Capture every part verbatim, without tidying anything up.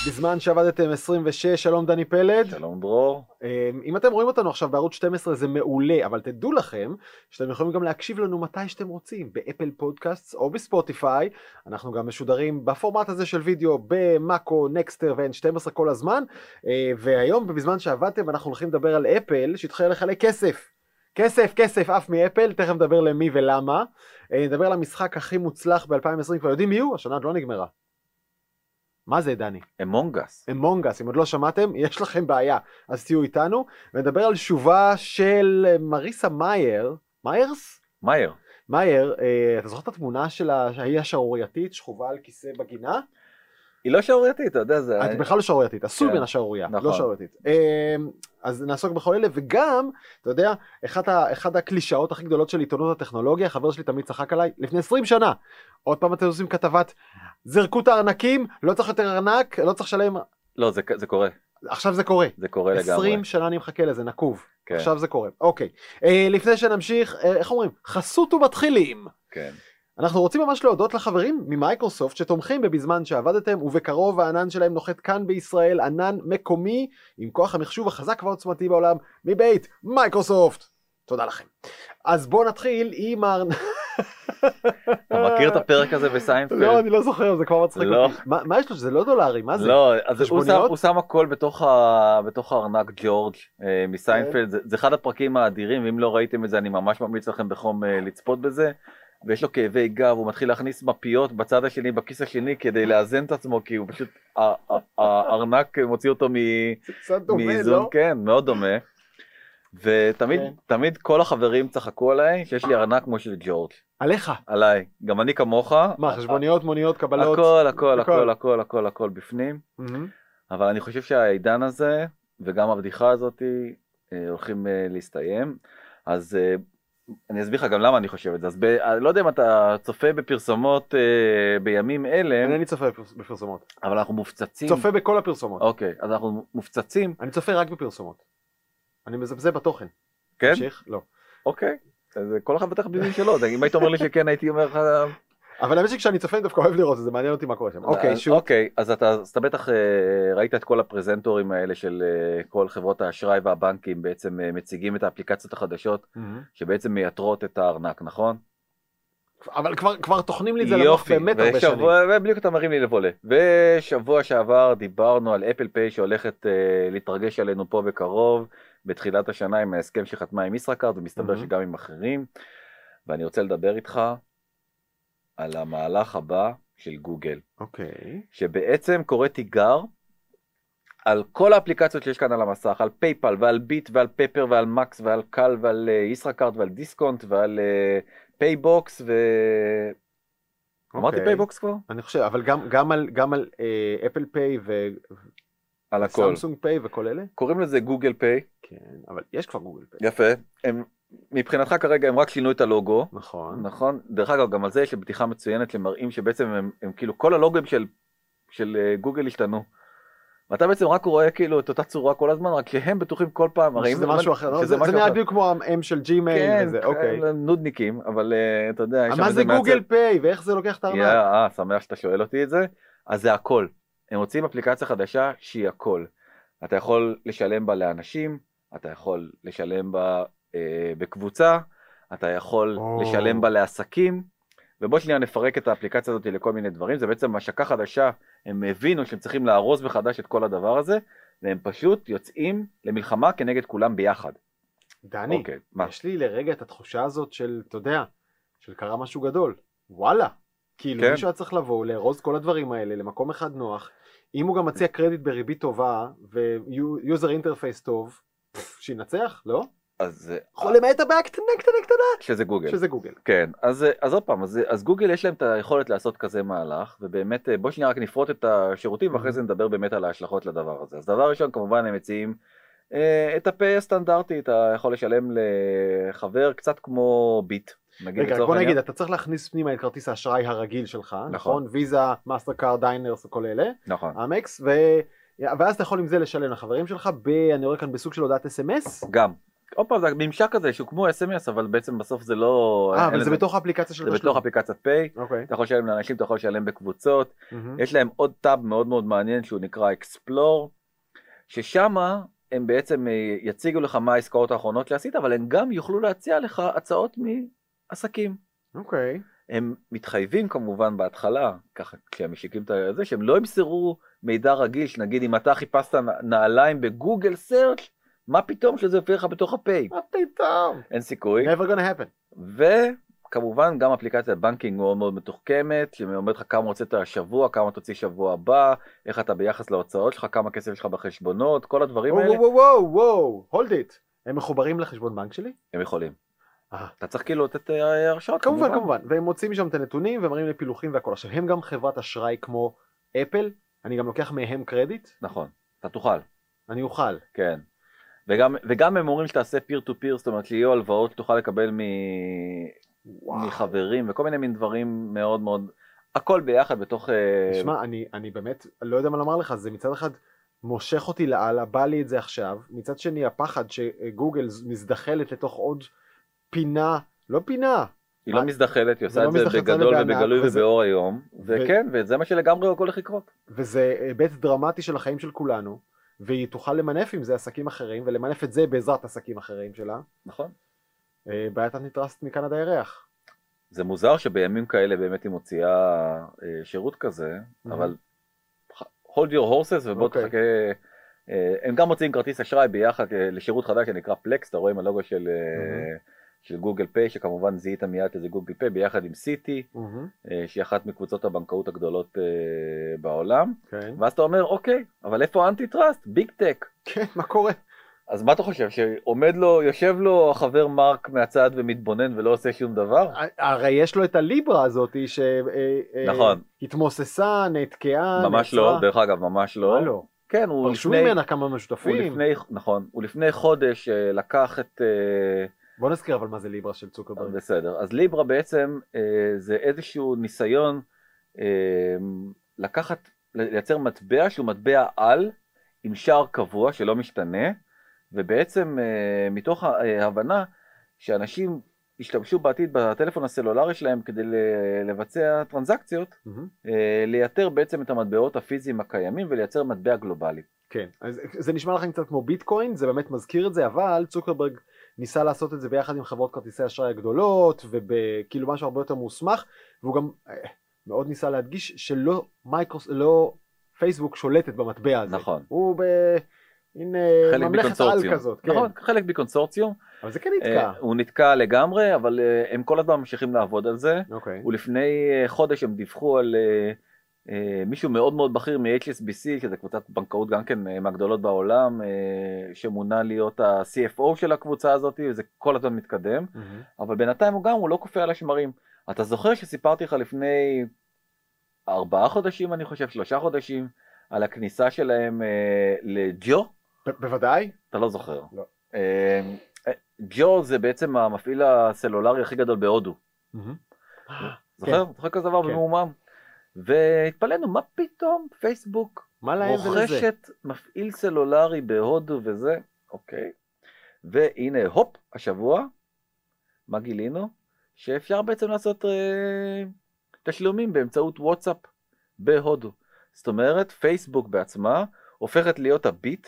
בזמן שעבדתם עשרים ושש, שלום דני פלד. שלום דרור. אם אתם רואים אותנו עכשיו בערוץ שתים עשרה זה מעולה, אבל תדעו לכם שאתם יכולים גם להקשיב לנו מתי שאתם רוצים, באפל פודקאסט או בספוטיפיי. אנחנו גם משודרים בפורמט הזה של וידאו במאקו, נקסטר ו-אן שתים עשרה כל הזמן. והיום בזמן שעבדתם אנחנו הולכים לדבר על אפל שהתחילה לחלק כסף. כסף, כסף, אף מאפל, תכף נדבר למי ולמה. נדבר על המשחק הכי מוצלח ב-אלפיים ועשרים, כבר יודעים מי הוא? השנה עוד לא נגמרה. מה זה דני? אמונגס. אמונגס, אם עוד לא שמעתם, יש לכם בעיה, אז תהיו איתנו, ונדבר על שובה של מריסה מאייר, מאיירס? מאייר. מאייר, אה, אתה זוכר את התמונה של ההיא השערורייתית, שכובה על כיסא בגינה? היא לא שערורייתית, אתה יודע, זה... את בכלל לא שערורייתית, עשוי מן השערוריה, לא שערורייתית. אז נעסוק בכל אלה, וגם, אתה יודע, אחד הקלישאות הכי גדולות של עיתונות הטכנולוגיה, חבר שלי תמיד צחק עליי, לפני עשרים שנה, עוד פעם אתם עושים כתבת, זרקו את הארנקים, לא צריך יותר ארנק, לא צריך לשלם... לא, זה, זה קורה. עכשיו זה קורה. זה קורה לגמרי. עשרים שנה אני מחכה לזה, נקוב. כן. עכשיו זה קורה. אוקיי. אה, לפני שנמשיך, אה, איך אומרים? חסות ומתחילים. כן. אנחנו רוצים ממש להודות לחברים ממייקרוסופט שתומכים בבזמן שעבדתם, ובקרוב הענן שלהם נוחת כאן בישראל, ענן מקומי עם כוח המחשוב החזק והעוצמתי בעולם, מבית מייקרוסופט. תודה לכם. אז בואו נתחיל עם... אתה מכיר את הפרק הזה בסיינפלד? לא, אני לא זוכר, זה כבר מצחיק לא. אותי. מה יש לו? זה לא דולרי, מה זה? לא, אז הוא שם, הוא שם הכל בתוך, ה, בתוך הארנק ג'ורג' אה, מסיינפלד, זה, זה אחד הפרקים האדירים, ואם לא ראיתם את זה אני ממש ממליץ לכם בחום אה, לצפות בזה, ויש לו כאבי גב, הוא מתחיל להכניס מפיות בצד השני, בכיס השני, כדי לאזן את עצמו, כי הוא פשוט, הארנק מוציא אותו מ... זה קצת דומה, מאיזון, לא? כן, מאוד דומה. ותמיד כן. תמיד כל החברים צחקו עליי שיש לי ארנק כמו של ג'ורג'. עליך. עליי, גם אני כמוך. מה, חשבוניות, מוניות, קבלות? הכל, הכל, הכל, הכל, הכל, הכל בפנים. מהמם. אבל אני חושב שהעידן הזה, וגם הבדיחה הזאת, אה, הולכים אה, להסתיים. אז אה, אני אסביר לך גם למה אני חושב את זה. אז ב, לא יודע אם אתה צופה בפרסומות אה, בימים אלה. אינני צופה בפרסומות. אבל אנחנו מופצצים. צופה בכל הפרסומות. אוקיי, אז אנחנו מופצצים. אני צופה רק בפרסומות. אני מזבזב בתוכן. כן? תמשיך? לא. אוקיי. אז כל אחד בטח בזמן שלו. אם היית אומר לי שכן, הייתי אומר לך... אבל האמת שכשאני צופה אני דווקא אוהב לראות את זה, מעניין אותי מה קורה שם. אוקיי, שוב. אוקיי, אז אתה, אז אתה בטח ראית את כל הפרזנטורים האלה של כל חברות האשראי והבנקים בעצם מציגים את האפליקציות החדשות שבעצם מייתרות את הארנק, נכון? אבל כבר, כבר תוכנים לי את זה למוח באמת הרבה שנים. ובדיוק אתה מרים לי לבולה. ושבוע שעבר דיברנו על אפל פיי שהולכת להתרגש עלינו פה בקרוב, בתחילת השנה עם ההסכם שחתמה עם ישראכרט, ומסתבר שגם עם אחרים. ואני רוצה לדבר איתך על המהלך הבא של גוגל. אוקיי. שבעצם קורא תיגר על כל האפליקציות שיש כאן על המסך, על פייפל ועל ביט ועל פפר ועל מקס ועל קל ועל ישראכרט ועל דיסקונט ועל פייבוקס ו... אמרתי פייבוקס כבר? אני חושב, אבל גם, גם על, גם על אפל פיי ו... על הכל. סמסונג פיי וכל אלה? קוראים לזה גוגל פיי. כן, אבל יש כבר גוגל פיי. יפה. הם, מבחינתך כרגע הם רק שינו את הלוגו. נכון. נכון. דרך אגב, גם על זה יש בדיחה מצוינת שמראים שבעצם הם, הם כאילו כל הלוגוים של, של גוגל השתנו. ואתה בעצם רק רואה כאילו את אותה צורה כל הזמן, רק שהם בטוחים כל פעם. שזה משהו אחר. זה נראה בדיוק כמו ה-M של ג'ימייל וזה, אוקיי. כן, נודניקים, אבל אתה יודע. מה זה גוגל פיי ואיך זה לוקח את הארנק? אה, שמח שאתה שואל אותי את זה. אז זה הכל. הם רוצים אפליקציה חדשה שהיא הכל. אתה יכול לשלם בה לאנשים, אתה יכול לשלם בה אה, בקבוצה, אתה יכול oh. לשלם בה לעסקים, ובוא שנייה נפרק את האפליקציה הזאת לכל מיני דברים, זה בעצם השקה חדשה, הם הבינו שהם צריכים להרוס מחדש את כל הדבר הזה, והם פשוט יוצאים למלחמה כנגד כולם ביחד. דני, okay, יש לי לרגע את התחושה הזאת של, אתה יודע, של קרה משהו גדול, וואלה, כאילו כן. מישהו היה צריך לבוא, להרוס כל הדברים האלה למקום אחד נוח, אם הוא גם מציע קרדיט בריבית טובה, ויוזר אינטרפייס טוב, שינצח, לא? אז... למעט הבעיה קטנה, קטנה, קטנה. שזה גוגל. שזה גוגל. כן, אז, אז עוד פעם, אז, אז גוגל יש להם את היכולת לעשות כזה מהלך, ובאמת, בוא שנייה רק נפרוט את השירותים, ואחרי זה נדבר באמת על ההשלכות לדבר הזה. אז דבר ראשון, כמובן, הם מציעים אה, את הפיי הסטנדרטי, אתה יכול לשלם לחבר קצת כמו ביט. רגע, בוא נגיד, אתה צריך להכניס פנימה את כרטיס האשראי הרגיל שלך, נכון? ויזה, מאסטרקארד, דיינרס וכל אלה. נכון. אמקס, ואז אתה יכול עם זה לשלם לחברים שלך, אני רואה כאן בסוג של הודעת אס אם אס. גם, עוד פעם, זה ממשק כזה שהוא כמו אס אם אס, אבל בעצם בסוף זה לא... אה, אבל זה בתוך האפליקציה של זה תשלום. בתוך אפליקציית פיי, אוקיי. אתה יכול לשלם לאנשים, אתה יכול לשלם בקבוצות, מהמם. יש להם עוד טאב מאוד מאוד מעניין שהוא נקרא Explore, ששם הם בעצם אה, יציגו לך מה העסקאות האחרונות שעשית, אבל הם גם יוכלו להציע לך הצעות מעסקים. אוקיי. הם מתחייבים כמובן בהתחלה, ככה כשהם משיקים את זה, שהם לא ימסרו מידע רגיל, שנגיד אם אתה חיפשת נעליים בגוגל סרצ', מה פתאום שזה יופיע לך בתוך הפיי? מה פתאום? אין סיכוי. never gonna happen. וכמובן גם אפליקציית בנקינג מאוד מאוד מתוחכמת, שאומרת לך כמה הוצאת השבוע, כמה תוציא שבוע הבא, איך אתה ביחס להוצאות שלך, כמה כסף יש לך בחשבונות, כל הדברים האלה. וואו וואו וואו, hold it. הם מחוברים לחשבון בנק שלי? הם יכולים. אה. אתה צריך כאילו לתת אה, הרשאות. כמובן, כמובן. והם מוצאים משם את הנתונים ומראים לי פילוחים והכל. עכשיו, הם גם חברת אשראי כמו אפל, אני גם לוקח מהם קרדיט, נכון, אתה תוכל. אני אוכל. כן. וגם, וגם הם אומרים שתעשה פיר טו פיר, זאת אומרת שיהיו הלוואות שתוכל לקבל מ... מחברים וכל מיני מין דברים מאוד מאוד, הכל ביחד בתוך... תשמע, אני, אני באמת לא יודע מה לומר לך, זה מצד אחד מושך אותי לאללה, בא לי את זה עכשיו, מצד שני הפחד שגוגל מזדחלת לתוך עוד פינה, לא פינה. היא לא מזדחלת, היא עושה לא את זה בגדול ובגלוי וזה... ובאור היום, וכן, ו... וזה מה שלגמרי הולך לקרות. וזה היבט דרמטי של החיים של כולנו, והיא תוכל למנף עם זה עסקים אחרים, ולמנף את זה בעזרת עסקים אחרים שלה. נכון. בעיית אנטיטרסט מכאן הירח. זה מוזר שבימים כאלה באמת היא מוציאה שירות כזה, mm-hmm. אבל hold your horses ובוא okay. תחכה, הם גם מוציאים כרטיס אשראי ביחד לשירות חדש שנקרא פלקס, אתה רואה עם הלוגו של, mm-hmm. של גוגל פיי, שכמובן זיהית מיד איזה גוגל פיי ביחד עם סיטי, mm-hmm. שהיא אחת מקבוצות הבנקאות הגדולות בעולם, okay. ואז אתה אומר אוקיי, אבל איפה האנטי-טראסט? ביג טק. כן, מה קורה? אז מה אתה חושב, שעומד לו, יושב לו החבר מרק מהצד ומתבונן ולא עושה שום דבר? הרי יש לו את הליברה הזאת שהתמוססה, נתקעה, ממש לא, דרך אגב, ממש לא. מה לא? כן, הוא פרשו לפני... ממנה כמה משותפים. נכון, הוא לפני חודש לקח את... בוא נזכיר אבל מה זה ליברה של צוקרברג. בסדר, אז ליברה בעצם זה איזשהו ניסיון לקחת, לייצר מטבע שהוא מטבע על, עם שער קבוע שלא משתנה, ובעצם מתוך ההבנה שאנשים ישתמשו בעתיד בטלפון הסלולרי שלהם כדי לבצע טרנזקציות, mm-hmm. לייתר בעצם את המטבעות הפיזיים הקיימים ולייצר מטבע גלובלי. כן, אז זה נשמע לכם קצת כמו ביטקוין, זה באמת מזכיר את זה, אבל צוקרברג ניסה לעשות את זה ביחד עם חברות כרטיסי אשראי הגדולות, ובכאילו משהו הרבה יותר מוסמך, והוא גם מאוד ניסה להדגיש שלא מייקרוס, לא פייסבוק שולטת במטבע הזה. נכון. הוא ב... הנה ממלכת על כזאת. כן. נכון, חלק בקונסורציום. אבל זה כן נתקע. הוא נתקע לגמרי, אבל הם כל הזמן ממשיכים לעבוד על זה. אוקיי. ולפני חודש הם דיווחו על מישהו מאוד מאוד בכיר מ-אייץ' אס בי סי, שזה קבוצת בנקאות גם כן מהגדולות בעולם, שמונה להיות ה-סי אף או של הקבוצה הזאת, וזה כל הזמן מתקדם. אבל בינתיים הוא גם, הוא לא קופא על השמרים. אתה זוכר שסיפרתי לך לפני ארבעה חודשים, אני חושב, שלושה חודשים, על הכניסה שלהם לג'ו? בוודאי. אתה לא זוכר. לא. ג'ו זה בעצם המפעיל הסלולרי הכי גדול בהודו. זוכר? זוכר כזה דבר במאומם. והתפלאנו, מה פתאום פייסבוק רוכשת מפעיל סלולרי בהודו וזה? אוקיי. והנה, הופ, השבוע, מה גילינו? שאפשר בעצם לעשות תשלומים באמצעות וואטסאפ בהודו. זאת אומרת, פייסבוק בעצמה הופכת להיות הביט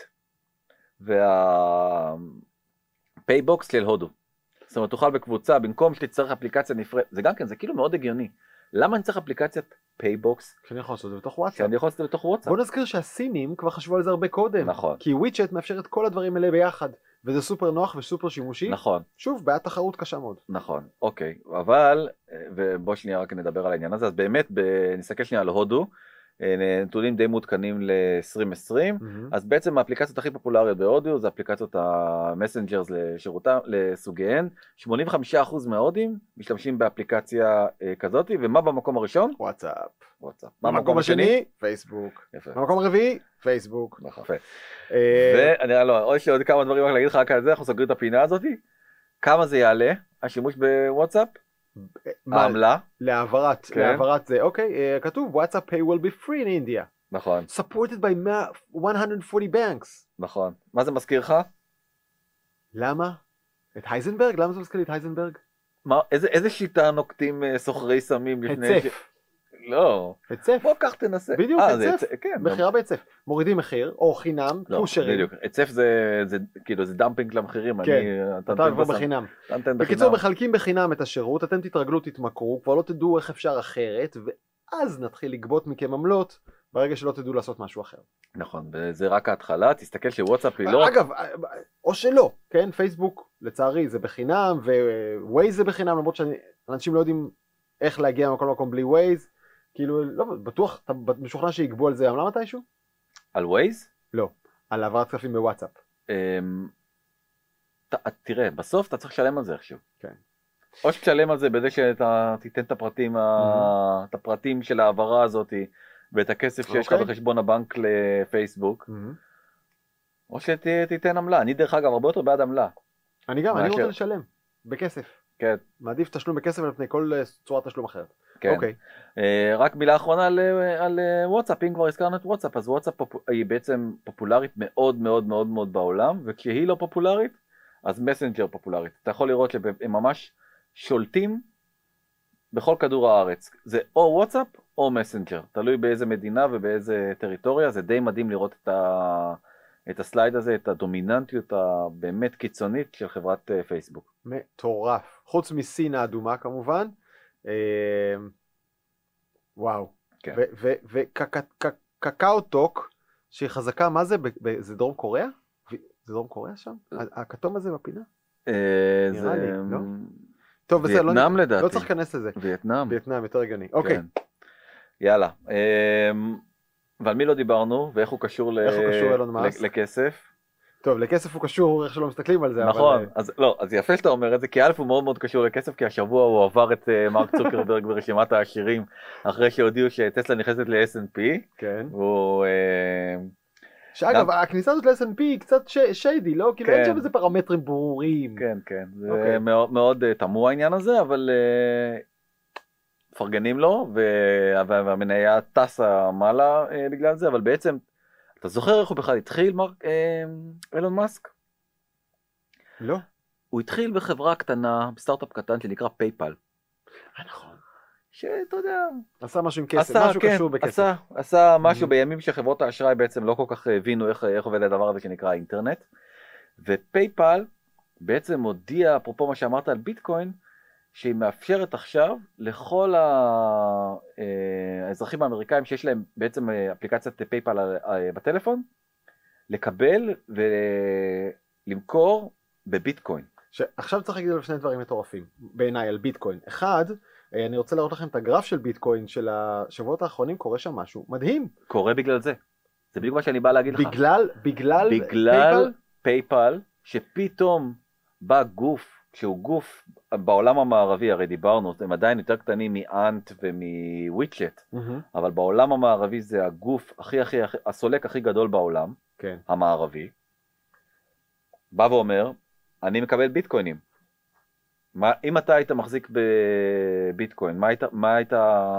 והפייבוקס של הודו. זאת אומרת, תוכל בקבוצה, במקום שתצטרך אפליקציה נפרדת, זה גם כן, זה כאילו מאוד הגיוני. למה אני צריך אפליקציית פייבוקס? כשאני יכול לעשות את זה בתוך וואטסאפ. כשאני יכול לעשות את זה בתוך וואטסאפ. בוא נזכיר שהסינים כבר חשבו על זה הרבה קודם. נכון. כי וויצ'ט מאפשר את כל הדברים האלה ביחד. וזה סופר נוח וסופר שימושי. נכון. שוב, בעיית תחרות קשה מאוד. נכון, אוקיי. אבל, ובוא שנייה רק נדבר על העניין הזה, אז באמת, נסתכל שנייה על הודו, נתונים די מעודכנים ל-עשרים עשרים, mm-hmm. אז בעצם האפליקציות הכי פופולריות בהודו, זה אפליקציות המסנג'רס לשירותם, לסוגיהן, שמונים וחמישה אחוז מההודים משתמשים באפליקציה כזאת, ומה במקום הראשון? וואטסאפ. וואטסאפ. במקום השני? פייסבוק. יפה. במקום הרביעי? פייסבוק. נכון. יפה. ואני לא, יש לי עוד כמה דברים רק להגיד לך רק על זה, אנחנו סוגרים את הפינה הזאת. כמה זה יעלה, השימוש בוואטסאפ? העמלה? להעברת, להעברת זה, אוקיי, כתוב WhatsApp Pay will be free in India. נכון. Supported by one hundred forty banks. נכון. מה זה מזכיר לך? למה את הייזנברג? למה זה מזכיר לי את הייזנברג? מה, איזה, איזה שיטה נוקטים uh, סוחרי סמים לפני היצף. ש... לא. היצף. בוא, קח תנסה. בדיוק, אה, היצף. זה, כן, מחירה בהיצף. מורידים מחיר, או חינם, לא, פושרים. בדיוק. היצף זה, זה, כאילו, זה דמפינג למחירים. כן, אני, אתה נותן כבר בסם- בחינם. אתה נותן בקיצור, בחינם. מחלקים בחינם את השירות, אתם תתרגלו, תתמכרו, כבר לא תדעו איך אפשר אחרת, ואז נתחיל לגבות מכם עמלות, ברגע שלא תדעו לעשות משהו אחר. נכון, וזה רק ההתחלה, תסתכל שוואטסאפ היא לא רק... אגב, או שלא, כן, פייסבוק, לצערי, זה בחינם, ווייז זה בחינם, למרות שאנשים לא יודעים איך להגיע ממקום למקום בלי ווייז, כאילו, לא, בטוח, אתה משוכנע שיגבו על זה עמלה מתישהו? על ווייז? לא, על העברת כספים בוואטסאפ. אמ, ת- תראה, בסוף אתה צריך לשלם על זה איכשהו. כן. או שתשלם על זה בזה שאתה תיתן את הפרטים, ה- את הפרטים של העברה הזאת, ואת הכסף שיש לך אוקיי. בחשבון הבנק לפייסבוק, או שתיתן עמלה. אני דרך אגב הרבה יותר בעד עמלה. אני גם, אני מאשר- רוצה לשלם, בכסף. כן, מעדיף תשלום בכסף על פני כל אה, צורת תשלום אחרת. כן. אוקיי. אה, רק מילה אחרונה על, על אה, וואטסאפ, אם כבר הזכרנו את וואטסאפ, אז וואטסאפ פופ... היא בעצם פופולרית מאוד מאוד מאוד מאוד בעולם, וכשהיא לא פופולרית, אז מסנג'ר פופולרית. אתה יכול לראות שהם ממש שולטים בכל כדור הארץ. זה או וואטסאפ או מסנג'ר, תלוי באיזה מדינה ובאיזה טריטוריה. זה די מדהים לראות את, ה... את הסלייד הזה, את הדומיננטיות הבאמת קיצונית של חברת אה, פייסבוק. מטורף. חוץ מסין האדומה כמובן. אה, וואו. כן. וקקאו טוק, שהיא חזקה, מה זה? ב- ב- זה דרום קוריאה? זה דרום קוריאה שם? הכתום הזה בפינה? אה, נראה זה... לי, לא? טוב, בסדר, לא- וייטנאם לדעתי. לא צריך להיכנס לזה. וייטנאם. וייטנאם, יותר הגיוני. אוקיי. כן. יאללה. אמ, ועל מי לא דיברנו, ואיך הוא קשור, ל... איך הוא קשור אילון מאסק? ל- לכסף. טוב, לכסף הוא קשור, איך שלא מסתכלים על זה. נכון, אבל... אז לא, אז יפה שאתה אומר את זה, כי א' הוא מאוד מאוד קשור לכסף, כי השבוע הוא עבר את אה, מרק צוקרברג ברשימת העשירים, אחרי שהודיעו שטסלה נכנסת ל-אס אנד פי. כן. הוא... אה, שאגב, גם- הכניסה הזאת ל-אס אנד פי היא קצת ש- שיידי, לא? כאילו כן. אין שם איזה פרמטרים ברורים. כן, כן, זה אוקיי. מאוד, מאוד אה, תמוה העניין הזה, אבל אה, מפרגנים לו, וה- והמניה טסה מעלה אה, בגלל זה, אבל בעצם, אתה זוכר איך הוא בכלל התחיל, מרק, אה, אילון מאסק? לא? הוא התחיל בחברה קטנה, בסטארט-אפ קטן שנקרא פייפל. נכון. שאתה יודע, עשה משהו עם כסף, עשה, משהו כן, קשור בכסף. עשה, עשה משהו Mhm. בימים שחברות האשראי בעצם לא כל כך הבינו איך, איך עובד הדבר הזה שנקרא אינטרנט. ופייפל בעצם הודיע, אפרופו מה שאמרת על ביטקוין, שהיא מאפשרת עכשיו לכל ה- אה, האזרחים האמריקאים שיש להם בעצם אה, אפליקציית פייפל אה, בטלפון, לקבל ולמכור בביטקוין. עכשיו צריך להגיד על שני דברים מטורפים, בעיניי, על ביטקוין. אחד, אה, אני רוצה להראות לכם את הגרף של ביטקוין של השבועות האחרונים, קורה שם משהו מדהים. קורה בגלל זה. זה בדיוק מה שאני בא להגיד לך. בגלל, בגלל, בגלל פייפל? פייפל, שפתאום בא גוף, שהוא גוף בעולם המערבי, הרי דיברנו, הם עדיין יותר קטנים מאנט ומוויצ'ט, מהמם. אבל בעולם המערבי זה הגוף הכי הכי, הכי הסולק הכי גדול בעולם, כן. המערבי, בא ואומר, אני מקבל ביטקוינים. מה, אם אתה היית מחזיק בביטקוין, מה היית, מה היית...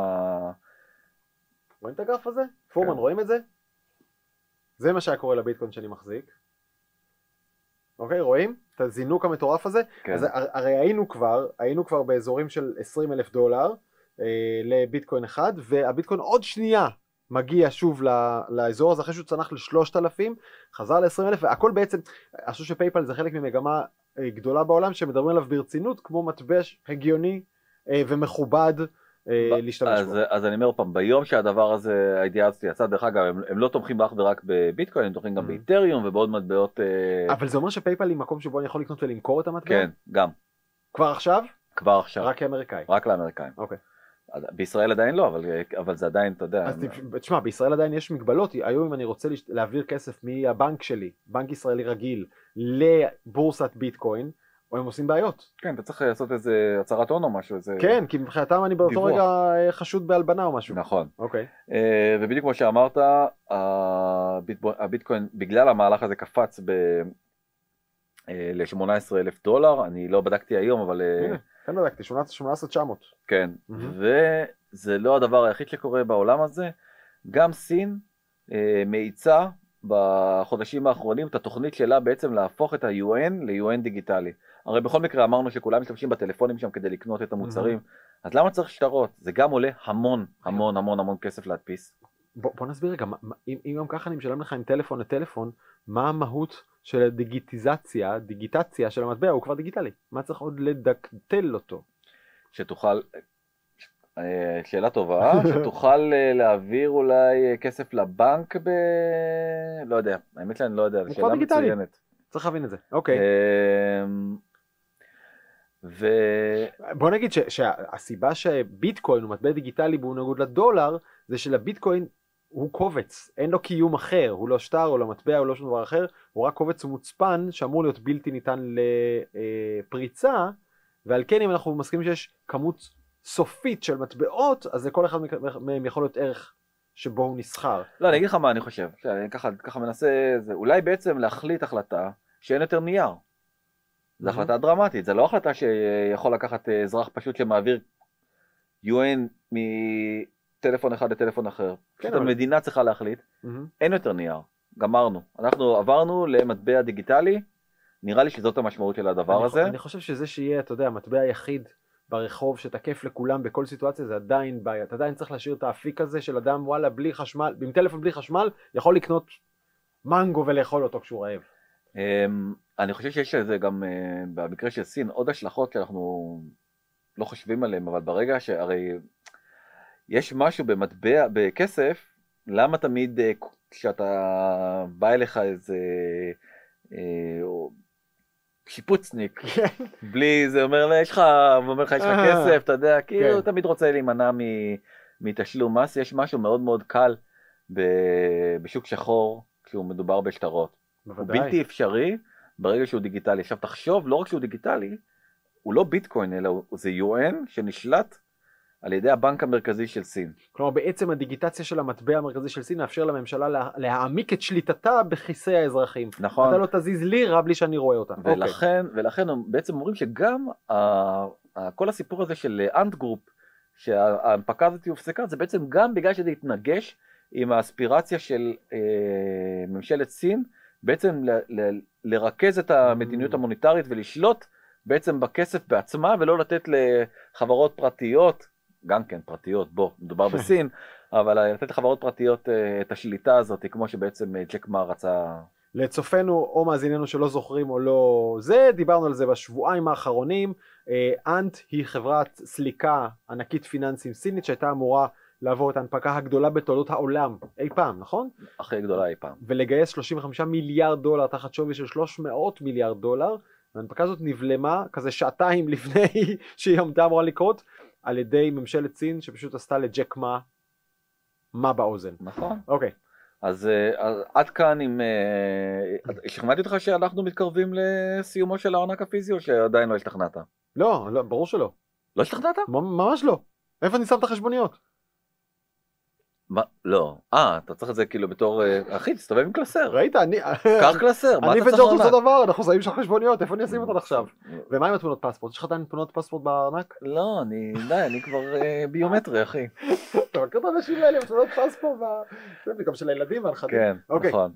רואים את הגרף הזה? פורמן, כן. רואים את זה? זה מה שהיה קורה לביטקוין שאני מחזיק. אוקיי, רואים? את הזינוק המטורף הזה? כן. אז הר- הרי היינו כבר, היינו כבר באזורים של עשרים אלף דולר אה, לביטקוין אחד, והביטקוין עוד שנייה מגיע שוב ל- לאזור הזה, אחרי שהוא צנח ל-שלושת אלפים, חזר ל-עשרים אלף, והכל בעצם, אני חושב שפייפל זה חלק ממגמה אה, גדולה בעולם, שמדברים עליו ברצינות, כמו מטבע הגיוני אה, ומכובד אה, ב- להשתמש אז, בו. אז אני אומר פעם, ביום שהדבר הזה, הידיעה הזאת יצאה, דרך אגב, הם, הם לא תומכים אך ורק בביטקוין, הם תומכים גם Mhm. באיתריום ובעוד מטבעות, אה, אבל זה אומר שפייפל היא מקום שבו אני יכול לקנות ולמכור את המטבע? כן, גם, כבר עכשיו? כבר עכשיו, רק, רק כאמריקאי. רק לאמריקאים. אוקיי. אז בישראל עדיין לא, אבל, אבל זה עדיין, אתה יודע, אז תשמע, תשמע, בישראל עדיין יש מגבלות. היום אם אני רוצה לש- להעביר כסף מהבנק שלי, בנק ישראלי רגיל, לבורסת ביטקוין, או הם עושים בעיות. כן, אתה צריך לעשות איזה הצהרת הון או משהו, איזה... כן, כי מבחינתם אני באותו דיווח. רגע אה, חשוד בהלבנה או משהו. נכון. אוקיי. אה, ובדיוק כמו שאמרת, הביטקוין, הביטקוין בגלל המהלך הזה קפץ ב... ל-שמונה עשרה אלף דולר, אני לא בדקתי היום, אבל אה, הנה, כן בדקתי, שמונה עשרה אלף תשע מאות. כן, מהמם. וזה לא הדבר היחיד שקורה בעולם הזה, גם סין אה, מאיצה בחודשים האחרונים את התוכנית שלה בעצם להפוך את ה-יו אן ל-יו אן דיגיטלי. הרי בכל מקרה אמרנו שכולם משתמשים בטלפונים שם כדי לקנות את המוצרים, אז למה צריך שטרות? זה גם עולה המון המון המון המון כסף להדפיס. בוא, בוא נסביר רגע, אם, אם גם ככה אני משלם לך עם טלפון לטלפון, מה המהות של הדיגיטיזציה, דיגיטציה של המטבע? הוא כבר דיגיטלי, מה צריך עוד לדקטל אותו? שתוכל, שאלה טובה, שתוכל להעביר אולי כסף לבנק ב... לא יודע, האמת שאני לא יודע, זו שאלה מצוינת. צריך להבין את זה, אוקיי. ו... בוא נגיד ש, שהסיבה שביטקוין הוא מטבע דיגיטלי בו נגוד לדולר, זה שלביטקוין הוא קובץ, אין לו קיום אחר, הוא לא שטר, הוא לא מטבע, הוא לא שום דבר אחר, הוא רק קובץ מוצפן שאמור להיות בלתי ניתן לפריצה, ועל כן אם אנחנו מסכימים שיש כמות סופית של מטבעות, אז לכל אחד מהם יכול להיות ערך שבו הוא נסחר. לא, אני אגיד לך מה אני חושב, אני ככה, ככה מנסה, זה, אולי בעצם להחליט החלטה שאין יותר נייר. זו החלטה דרמטית, זה לא החלטה שיכול לקחת אזרח פשוט שמעביר יו אן מטלפון אחד לטלפון אחר. פשוט המדינה צריכה להחליט, אין יותר נייר, גמרנו. אנחנו עברנו למטבע דיגיטלי, נראה לי שזאת המשמעות של הדבר הזה. אני חושב שזה שיהיה, אתה יודע, המטבע היחיד ברחוב שתקף לכולם בכל סיטואציה, זה עדיין בעיה. אתה עדיין צריך להשאיר את האפיק הזה של אדם, וואלה, בלי חשמל, עם טלפון בלי חשמל, יכול לקנות מנגו ולאכול אותו כשהוא רעב. אני חושב שיש לזה גם במקרה של סין עוד השלכות שאנחנו לא חושבים עליהן, אבל ברגע שהרי יש משהו במטבע, בכסף, למה תמיד כשאתה בא אליך איזה שיפוצניק, בלי זה אומר לה, יש לך, הוא אומר לך, יש לך כסף, אתה יודע, כי הוא תמיד רוצה להימנע מתשלום מס, יש משהו מאוד מאוד קל בשוק שחור כשהוא מדובר בשטרות. הוא בלתי אפשרי ברגע שהוא דיגיטלי. עכשיו תחשוב, לא רק שהוא דיגיטלי, הוא לא ביטקוין, אלא זה יו אן שנשלט על ידי הבנק המרכזי של סין. כלומר, בעצם הדיגיטציה של המטבע המרכזי של סין מאפשר לממשלה לה, להעמיק את שליטתה בכיסי האזרחים. נכון. אתה לא תזיז לירה בלי שאני רואה אותה. ולכן, okay. ולכן בעצם אומרים שגם ה, ה, כל הסיפור הזה של אנט גרופ, שההנפקה הזאת הופסקה, זה בעצם גם בגלל שזה התנגש עם האספירציה של אה, ממשלת סין, בעצם ל, ל, לרכז את המדיניות המוניטרית ולשלוט בעצם בכסף בעצמה, ולא לתת לחברות פרטיות, גם כן פרטיות, בוא, מדובר בסין, אבל לתת לחברות פרטיות את השליטה הזאת, כמו שבעצם ג'ק מה רצה. לצופנו או מאזיננו שלא זוכרים או לא זה, דיברנו על זה בשבועיים האחרונים. אנט היא חברת סליקה ענקית פיננסים סינית, שהייתה אמורה לעבור את ההנפקה הגדולה בתולדות העולם אי פעם, נכון? הכי גדולה אי פעם. ולגייס שלושים וחמישה מיליארד דולר תחת שווי של שלוש מאות מיליארד דולר. ההנפקה הזאת נבלמה כזה שעתיים לפני שהיא עמדה אמורה לקרות, על ידי ממשלת סין שפשוט עשתה לג'ק מה, מה באוזן. נכון. אוקיי. אז, אז עד כאן עם... שכנעתי אותך שאנחנו מתקרבים לסיומו של הארנק הפיזי, או שעדיין לא השתכנעת? לא, לא, ברור שלא. לא השתכנעת? ממש לא. איפה אני שם את החשבוניות? מה? לא. אה, אתה צריך את זה כאילו בתור... אחי, תסתובב עם קלסר. ראית? אני... קר קלסר, מה אתה צריך וג'ורג' אותו דבר, אנחנו שמים שם חשבוניות, איפה אני אשים אותן עכשיו? ומה עם התמונות פספורט? יש לך עדיין תמונות פספורט בארנק? לא, אני... די, אני כבר ביומטרי, אחי. אתה מכיר את האנשים האלה, תמונות פספורט, גם של הילדים והנכדים. כן, נכון.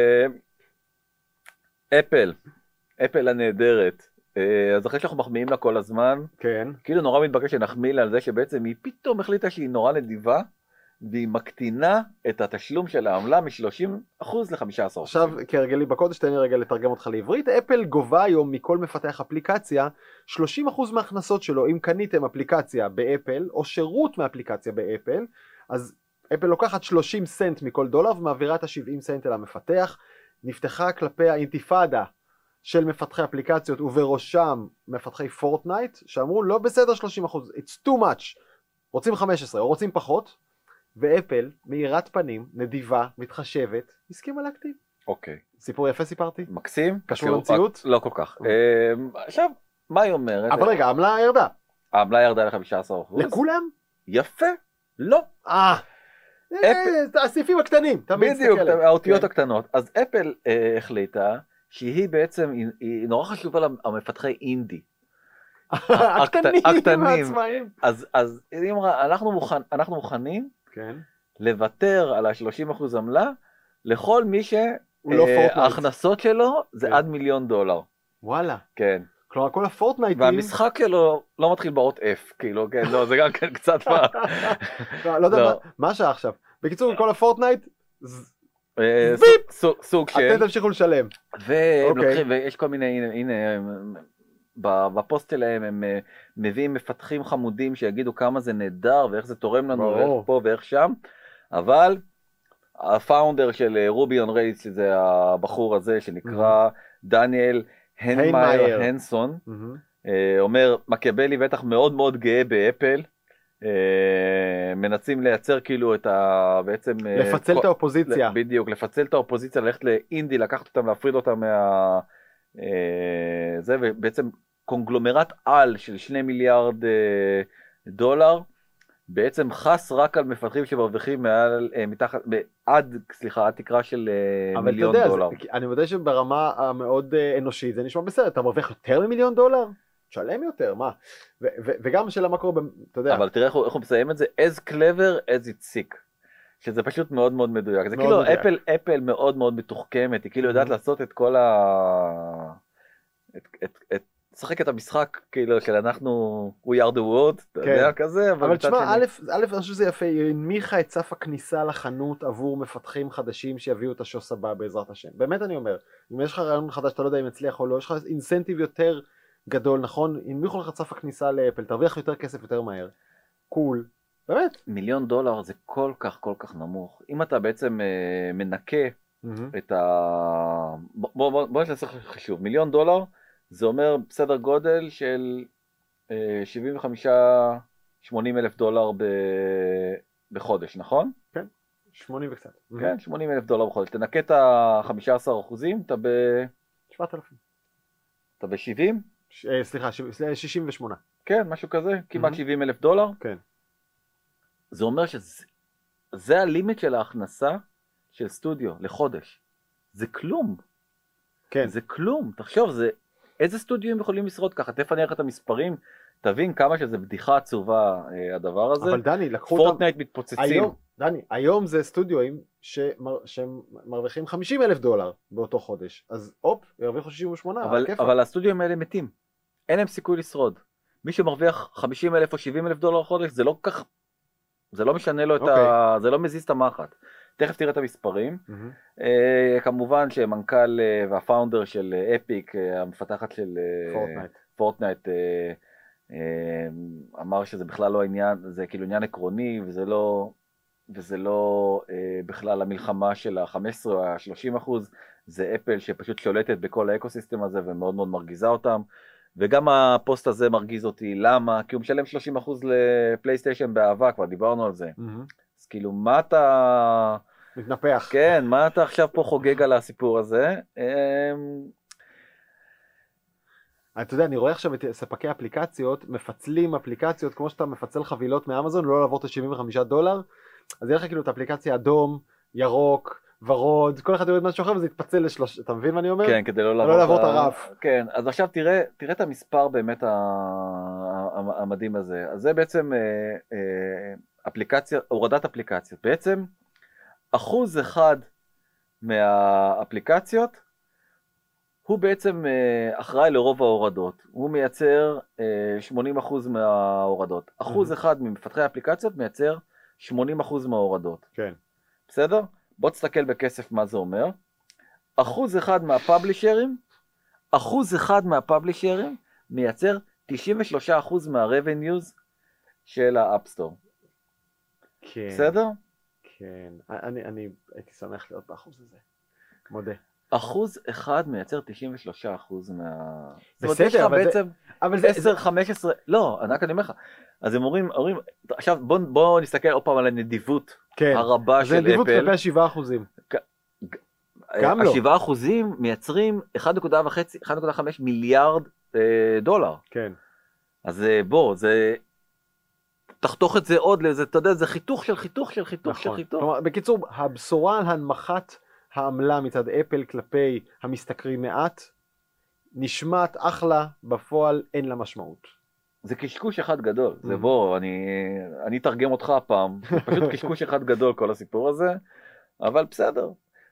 אפל, אפל הנהדרת. אז אחרי שאנחנו מחמיאים לה כל הזמן, כאילו נורא מתבקש שנחמיא לה על זה שבעצם היא פתאום החליטה שהיא נורא נדיבה, והיא מקטינה את התשלום של העמלה מ-שלושים אחוז ל-חמישה עשר אחוז. עכשיו, כהרגלי בקודש, תן לי רגע לתרגם אותך לעברית. אפל גובה היום מכל מפתח אפליקציה שלושים אחוז מההכנסות שלו. אם קניתם אפליקציה באפל, או שירות מאפליקציה באפל, אז אפל לוקחת שלושים סנט מכל דולר, ומעבירה את ה-שבעים סנט אל המפתח. נפתחה כלפי האינתיפאדה של מפתחי אפליקציות, ובראשם מפתחי פורטנייט, שאמרו, לא בסדר שלושים אחוז, it's too much. רוצים חמש עשרה, או רוצים פחות. ואפל, מאירת פנים, נדיבה, מתחשבת, הסכימה להקטין. אוקיי. סיפור יפה סיפרתי? מקסים. קשור למציאות? לא כל כך. עכשיו, מה היא אומרת? אבל רגע, העמלה ירדה. העמלה ירדה ל-חמישה עשר אחוז. לכולם? יפה. לא. אה. הסעיפים הקטנים. בדיוק, האותיות הקטנות. אז אפל החליטה שהיא בעצם, היא נורא חשובה למפתחי אינדי. הקטנים העצמאים. אז היא אמרה, אנחנו מוכנים לוותר על ה-שלושים אחוז עמלה לכל מי הוא לא פורטנייט. ההכנסות שלו זה כן. עד מיליון דולר. וואלה. כן. כלומר, כל הפורטנייטים... והמשחק שלו לא מתחיל באות F, כאילו, כן, לא, זה גם כן קצת מה. לא, לא יודע לא. מה, מה השעה עכשיו. בקיצור, כל הפורטנייט, ז- אה, ביפ! סוג- סוג של, אתם תמשיכו לשלם. והם אוקיי. לוקחים, ויש כל מיני, הנה, הנה, הם- ב- בפוסט שלהם הם אה, מביאים מפתחים חמודים שיגידו כמה זה נהדר, ואיך זה תורם לנו, ברור. ואיך פה ואיך שם, אבל הפאונדר של רובי און רייס, זה הבחור הזה שנקרא דניאל הנמייר הנמייר. הנסון, מהמם. אה, אומר, מקיאוולי בטח מאוד מאוד גאה באפל, אה, מנסים לייצר כאילו את ה... בעצם... אה, לפצל כל- את האופוזיציה. בדיוק, לפצל את האופוזיציה, ללכת לאינדי, לקחת אותם, להפריד אותם מה... אה, זה, ובעצם קונגלומרט על של שני מיליארד אה, דולר, בעצם חס רק על מפתחים שמרוויחים מעל, אה, מתחת, עד, סליחה, עד תקרה של אה, אבל אתה מיליון יודע, דולר. זה, אני מודה שברמה המאוד אה, אנושית זה נשמע בסדר, אתה מרוויח יותר ממיליון דולר? תשלם יותר, מה? ו- ו- וגם השאלה מה קורה, ב- אתה יודע, אבל תראה איך הוא, איך הוא מסיים את זה, as clever as it sick, שזה פשוט מאוד מאוד מדויק. זה מאוד כאילו מדויק. אפל, אפל מאוד מאוד מתוחכמת, היא כאילו יודעת Mhm. לעשות את כל ה... את, את, את, לשחק את המשחק כאילו של אנחנו, we are the world, אתה כן. יודע, כזה, אבל אבל מצד תשמע, שני- א', א', אני חושב שזה יפה, היא הנמיכה את סף הכניסה לחנות עבור מפתחים חדשים שיביאו את השוס הבא בעזרת השם. באמת אני אומר, אם יש לך רעיון חדש, אתה לא יודע אם יצליח או לא, יש לך אינסנטיב יותר גדול, נכון? הנמיכו לך את סף הכניסה לאפל, תרוויח יותר כסף יותר מהר. קול. באמת. מיליון דולר זה כל כך כל כך נמוך. אם אתה בעצם אה, מנקה את ה... בוא, בוא, בוא, בוא נעשה חישוב. מיליון דולר זה אומר סדר גודל של אה, שבעים וחמישה שמונים אלף דולר ב... בחודש, נכון? שמונים וקצת. כן, שמונים אלף דולר בחודש. תנקה את ה-חמישה עשר אחוזים, אתה ב... שבעת אלפים. אתה ב-שבעים? ש- אה, סליחה, ש- סליחה, שישים ושמונה. כן, משהו כזה, כמעט Mhm. שבעים אלף דולר. כן. זה אומר שזה זה הלימיט של ההכנסה של סטודיו לחודש. זה כלום. כן. זה כלום. תחשוב, זה... איזה סטודיו הם יכולים לשרוד ככה? תכף אני אראה את המספרים, תבין כמה שזה בדיחה עצובה אה, הדבר הזה. אבל דני, לקחו אותם... פורטנייט מתפוצצים. היום, דני, היום זה סטודיואים שמר, שמרוויחים חמישים אלף דולר באותו חודש, אז הופ, ירוויחו שישים ושמונה, אבל, כיף. אבל הסטודיו האלה מתים. אין להם סיכוי לשרוד. מי שמרוויח חמישים אלף או שבעים אלף דולר לחודש, זה לא כך... זה לא משנה לו את אוקיי. ה... זה לא מזיז את המחט. תכף תראה את המספרים. מהמם. אה, כמובן שמנכ"ל אה, והפאונדר של אה, אפיק, אה, המפתחת של אה, פורטנייט. פורטנייט, אה, אה, אמר שזה בכלל לא עניין, זה כאילו עניין עקרוני, וזה לא, וזה לא אה, בכלל המלחמה של ה-חמישה עשר או ה-שלושים אחוז, זה אפל שפשוט שולטת בכל האקוסיסטם הזה ומאוד מאוד מרגיזה אותם. וגם הפוסט הזה מרגיז אותי, למה? כי הוא משלם שלושים אחוז לפלייסטיישן באהבה, כבר דיברנו על זה. מהמם. אז כאילו, מה אתה... מתנפח. כן, מה אתה עכשיו פה חוגג על הסיפור הזה? אמ, אתה יודע, אני רואה עכשיו את ספקי אפליקציות, מפצלים אפליקציות, כמו שאתה מפצל חבילות מאמזון, לא לעבור את ה-שבעים וחמישה דולר, אז יהיה לך כאילו את האפליקציה אדום, ירוק, ורוד, כל אחד יורד משהו אחר וזה יתפצל לשלוש, אתה מבין מה אני אומר? כן, כדי לא לא לעבור לעבור את ה- הרף. כן, אז עכשיו תראה, תראה את המספר באמת ה- ה- המדהים הזה. אז זה בעצם אה, אה, אפליקציה, הורדת אפליקציות. בעצם אחוז אחד מהאפליקציות הוא בעצם אה, אחראי לרוב ההורדות. הוא מייצר אה, שמונים אחוז מההורדות. אחוז אחד ממפתחי האפליקציות מייצר שמונים אחוז מההורדות. כן. בסדר? בוא תסתכל בכסף מה זה אומר. אחוז אחד מהפאבלישרים, אחוז אחד מהפאבלישרים מייצר תשעים ושלושה אחוז מהרבניוז של האפסטור. כן. בסדר? כן. אני, אני הייתי שמח להיות באחוז הזה. מודה. אחוז אחד מייצר תשעים ושלושה אחוז מה... זאת אומרת, בסדר, יש לך אבל זה- בעצם אבל זה... עשר חמש עשרה, לא, אני רק אני אומר לך. אז הם אומרים, אומרים, עכשיו בוא, בוא נסתכל עוד פעם על הנדיבות כן. הרבה זה של נדיבות אפל. כלפי ה-שבעה אחוזים. גם לא. השבעה אחוזים מייצרים אחד נקודה חמש מיליארד אה, דולר. כן. אז אה, בוא, זה... תחתוך את זה עוד לזה, אתה יודע, זה חיתוך של חיתוך של חיתוך של נכון. חיתוך. כלומר, בקיצור, הבשורה על הנמכת העמלה מצד אפל כלפי המשתכרים מעט, נשמעת אחלה, בפועל אין לה משמעות. זה קשקוש אחד גדול. זה Mhm. בוא, אני, אני אתרגם אותך הפעם. זה פשוט קשקוש אחד גדול כל הסיפור הזה, אבל בסדר.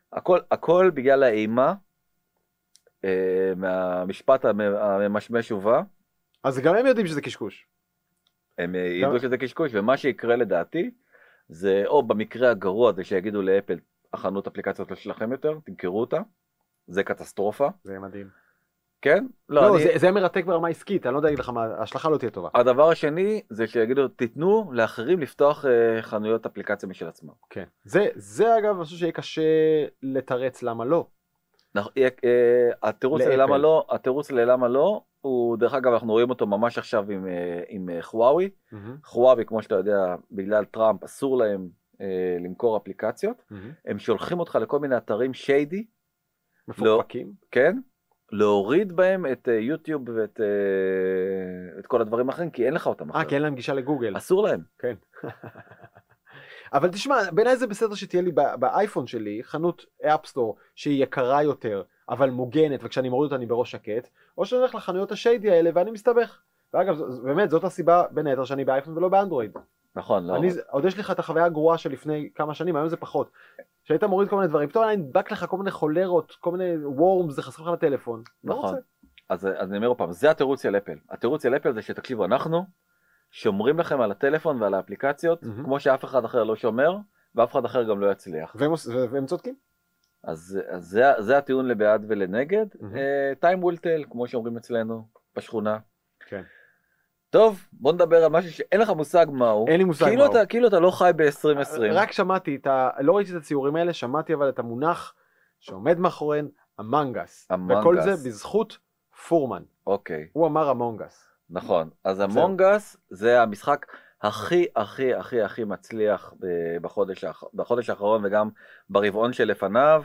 הכל, הכל בגלל האימה אה, מהמשפט הממשמש ובא. אז גם הם יודעים שזה קשקוש. הם ידעו שזה קשקוש, ומה שיקרה לדעתי, זה או במקרה הגרוע זה שיגידו לאפל, החנות אפליקציות לא שלכם יותר, תמכרו אותה, זה קטסטרופה. זה מדהים. כן? לא, לא אני... זה, זה מרתק ברמה עסקית, אני לא יודע להגיד לך מה, ההשלכה לא תהיה טובה. הדבר השני זה שיגידו, תיתנו לאחרים לפתוח uh, חנויות אפליקציה משל עצמם. כן. זה, זה אגב משהו שיהיה קשה לתרץ למה לא. התירוץ ללמה לא, התירוץ ללמה לא, הוא דרך אגב אנחנו רואים אותו ממש עכשיו עם, עם חוואוי. חוואוי כמו שאתה יודע, בגלל טראמפ אסור להם אה, למכור אפליקציות. הם שולחים אותך לכל מיני אתרים שיידי. מפוקפקים. לא, כן. להוריד בהם את יוטיוב ואת את כל הדברים האחרים, כי אין לך אותם אחר. אה, כי אין להם גישה לגוגל. אסור להם. כן. אבל תשמע, בעיניי זה בסדר שתהיה לי באייפון שלי חנות אפסטור שהיא יקרה יותר, אבל מוגנת, וכשאני מוריד אותה אני בראש שקט, או שאני הולך לחנויות השיידי האלה ואני מסתבך. ואגב, באמת, זאת הסיבה בין היתר שאני באייפון ולא באנדרואיד. נכון, לא. אני, עוד יש לך את החוויה הגרועה של לפני כמה שנים, היום זה פחות. שהיית מוריד כל מיני דברים, פתאום אני נדבק לך כל מיני חולרות, כל מיני וורמס, זה חסר לך לטלפון. נכון. אז, אז אני אומר פעם, זה התירוץ של אפל. התירוץ של אפל זה שתקשיבו, אנחנו שומרים לכם על הטלפון ועל האפליקציות, mm-hmm. כמו שאף אחד אחר לא שומר, ואף אחד אחר גם לא יצליח. והם, והם צודקים. אז, אז זה, זה הטיעון לבעד ולנגד. Mm-hmm. time will tell, כמו שאומרים אצלנו, בשכונה. כן. טוב, בוא נדבר על משהו שאין לך מושג מהו. אין לי מושג כאילו מהו. אתה, כאילו אתה לא חי ב-עשרים עשרים. רק שמעתי, את ה... לא ראיתי את הציורים האלה, שמעתי אבל את המונח שעומד מאחוריהן, אמונגס. וכל זה בזכות פורמן. אוקיי. הוא אמר אמונגס. נכון, אז אמונגס זה המשחק הכי הכי הכי הכי מצליח בחודש, בחודש האחרון וגם ברבעון שלפניו.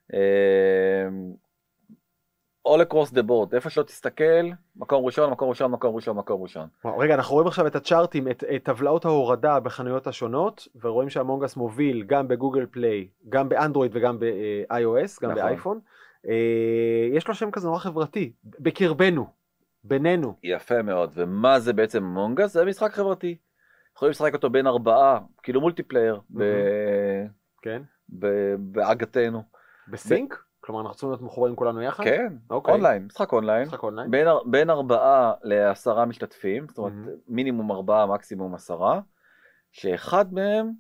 all across the board, איפה שלא תסתכל, מקום ראשון, מקום ראשון, מקום ראשון, מקום ראשון. רגע, אנחנו רואים עכשיו את הצ'ארטים, את, את טבלאות ההורדה בחנויות השונות, ורואים שהמונגס מוביל גם בגוגל פליי, גם באנדרואיד וגם ב-iOS, גם נכון. באייפון. יש לו שם כזה נורא חברתי, בקרבנו, בינינו. יפה מאוד, ומה זה בעצם המונגס? זה משחק חברתי. יכולים לשחק אותו בין ארבעה, כאילו מולטיפלייר, ב... כן. בעגתנו. בסינק? ב... כלומר, אנחנו צריכים להיות מחוברים כולנו יחד? כן, אוקיי. אונליין, משחק אונליין. משחק אונליין. בין, בין ארבעה לעשרה משתתפים, זאת אומרת, mm-hmm. מינימום ארבעה, מקסימום עשרה, שאחד מהם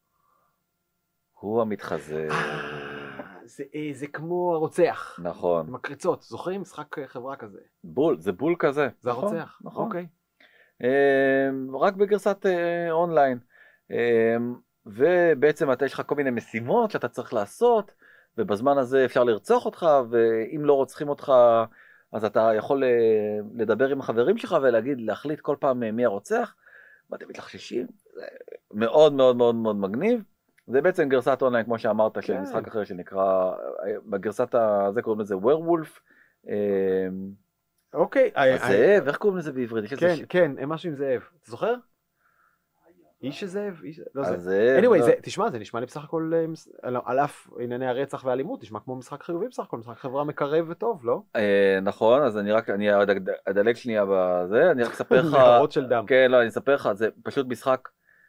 הוא המתחזה. זה, זה כמו הרוצח. נכון. עם הקריצות, זוכרים? משחק חברה כזה. בול, זה בול כזה. זה נכון, הרוצח, נכון. אוקיי. רק בגרסת אונליין. ובעצם אתה יש לך כל מיני משימות שאתה צריך לעשות, ובזמן הזה אפשר לרצוח אותך, ואם לא רוצחים אותך, אז אתה יכול לדבר עם החברים שלך ולהגיד, להחליט כל פעם מי הרוצח, ואתם מתלחששים, זה מאוד מאוד מאוד מאוד מגניב. זה בעצם גרסת אונליין, כמו שאמרת, כן. של משחק אחר שנקרא, בגרסת הזה קוראים לזה ווירוולף. אוקיי. הזאב, איך קוראים לזה בעברית? כן, כן, משהו עם זאב. אתה זוכר? איש הזאב? לא זה. anyway, תשמע, זה נשמע לי בסך הכל, על אף ענייני הרצח והאלימות, נשמע כמו משחק חיובי בסך הכל, משחק חברה מקרב וטוב, לא? נכון, אז אני רק, אני אדלג שנייה בזה, אני רק אספר לך. נהרות של דם. כן, לא, אני אספר לך, זה פשוט משחק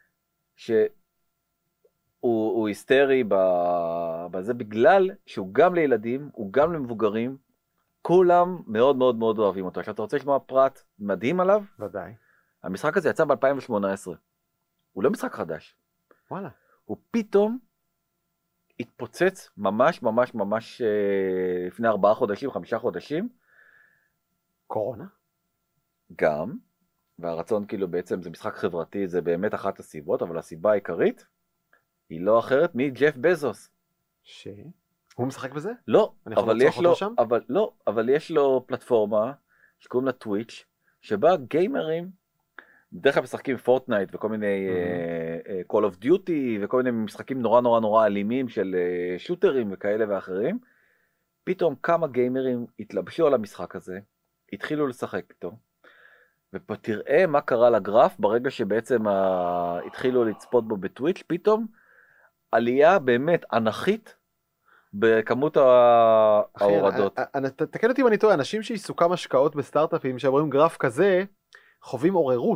שהוא היסטרי בזה, בגלל שהוא גם לילדים, הוא גם למבוגרים, כולם מאוד מאוד מאוד אוהבים אותו. עכשיו אתה רוצה לשמוע פרט מדהים עליו? ודאי. המשחק הזה יצא ב-אלפיים שמונה עשרה. הוא לא משחק חדש. וואלה. הוא פתאום התפוצץ ממש ממש ממש אה, לפני ארבעה חודשים, חמישה חודשים. קורונה? גם. והרצון כאילו בעצם זה משחק חברתי, זה באמת אחת הסיבות, אבל הסיבה העיקרית היא לא אחרת מג'ף בזוס. ש? הוא משחק בזה? לא, אבל יש לו, אבל לא, אבל יש לו פלטפורמה שקוראים לה טוויץ', שבה גיימרים בדרך כלל משחקים פורטנייט וכל מיני mm-hmm. uh, Call of Duty וכל מיני משחקים נורא נורא נורא אלימים של uh, שוטרים וכאלה ואחרים. פתאום כמה גיימרים התלבשו על המשחק הזה, התחילו לשחק איתו, ופה תראה מה קרה לגרף ברגע שבעצם uh, התחילו לצפות בו בטוויץ', פתאום עלייה באמת אנכית בכמות ההורדות. תקן אותי אם אני טועה, אנשים שעיסוקם השקעות בסטארט-אפים שעבורים גרף כזה, חווים עוררות.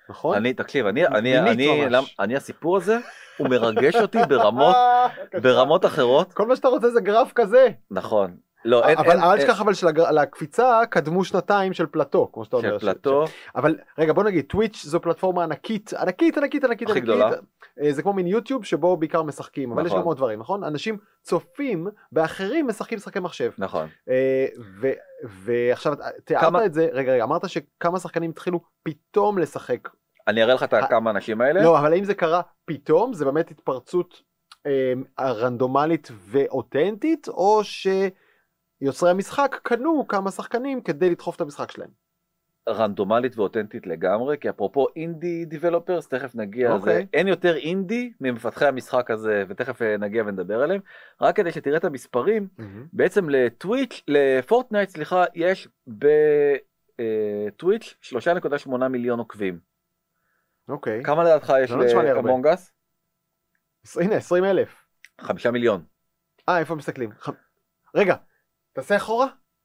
נכון? אני, תקשיב, אני, אני, מינית אני, ממש. למ- אני, הסיפור הזה, הוא מרגש אותי ברמות, ברמות אחרות. כל מה שאתה רוצה זה גרף כזה. נכון. לא, אין, אבל אין, אל אין, תשכח אבל שלקפיצה קדמו שנתיים של פלטו, כמו שאתה אומר. של ש- פלטו, ש- אבל רגע, בוא נגיד, טוויץ' זו פלטפורמה ענקית, ענקית, ענקית, ענקית, הכי ענקית. גדולה. אה, זה כמו מין יוטיוב שבו בעיקר משחקים, אבל יש נכון. גם עוד דברים, נכון? אנשים צופים באחרים משחקים משחקי מחשב. נכון. אה, ו- ועכשיו תיארת כמה- את זה, רגע, רגע, אמרת שכמה שחקנים התחילו פתאום לשחק. אני אראה לך את כמה האנשים האלה. לא, אבל האם זה קרה פתאום, זה באמת התפרצות אה, רנדומלית ואותנטית, או שיוצרי המשחק קנו כמה שחקנים כדי לדחוף את המשחק שלהם? רנדומלית ואותנטית לגמרי, כי אפרופו אינדי דיבלופרס, תכף נגיע לזה, אוקיי. אין יותר אינדי ממפתחי המשחק הזה, ותכף אה, נגיע ונדבר עליהם, רק כדי שתראה את המספרים, בעצם לטוויץ', לפורטנייט, סליחה, יש בטוויץ' שלושה נקודה שמונה מיליון עוקבים. אוקיי. כמה לדעתך יש זה לא נשמע לי הרבה. לאמונגס? הנה, עשרים אלף. חמישה מיליון. אה, איפה מסתכלים? ח... רגע, תעשה אחורה.